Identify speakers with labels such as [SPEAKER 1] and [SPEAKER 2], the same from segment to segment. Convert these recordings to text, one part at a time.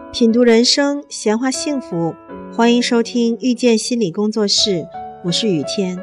[SPEAKER 1] 品读人生，闲话幸福，欢迎收听遇见心理工作室，我是雨天。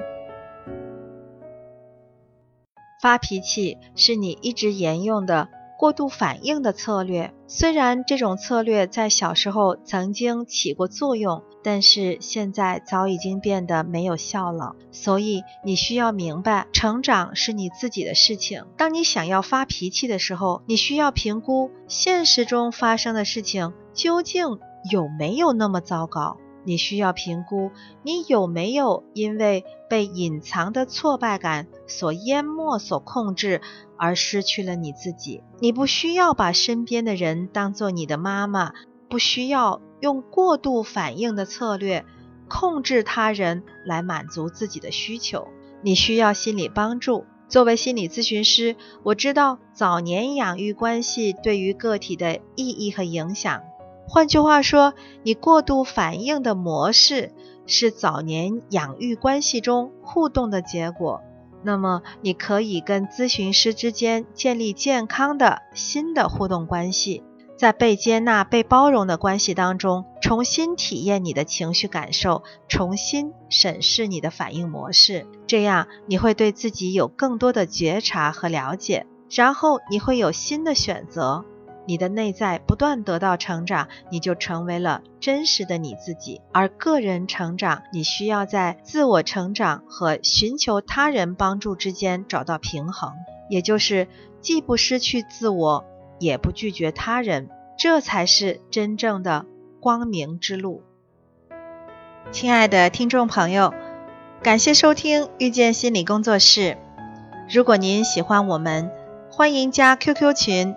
[SPEAKER 2] 发脾气是你一直沿用的过度反应的策略，虽然这种策略在小时候曾经起过作用，但是现在早已经变得没有效了。所以你需要明白，成长是你自己的事情。当你想要发脾气的时候，你需要评估现实中发生的事情究竟有没有那么糟糕。你需要评估你有没有因为被隐藏的挫败感所淹没、所控制而失去了你自己。你不需要把身边的人当作你的妈妈，不需要用过度反应的策略控制他人来满足自己的需求。你需要心理帮助。作为心理咨询师，我知道早年养育关系对于个体的意义和影响。换句话说，你过度反应的模式是早年养育关系中互动的结果。那么你可以跟咨询师之间建立健康的新的互动关系，在被接纳、被包容的关系当中，重新体验你的情绪感受，重新审视你的反应模式。这样你会对自己有更多的觉察和了解，然后你会有新的选择。你的内在不断得到成长，你就成为了真实的你自己。而个人成长，你需要在自我成长和寻求他人帮助之间找到平衡，也就是既不失去自我，也不拒绝他人，这才是真正的光明之路。亲爱的听众朋友，感谢收听遇见心理工作室。如果您喜欢我们，欢迎加 QQ 群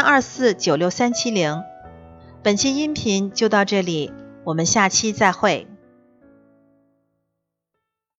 [SPEAKER 2] 83249630。本期音频就到这里，我们下期再会。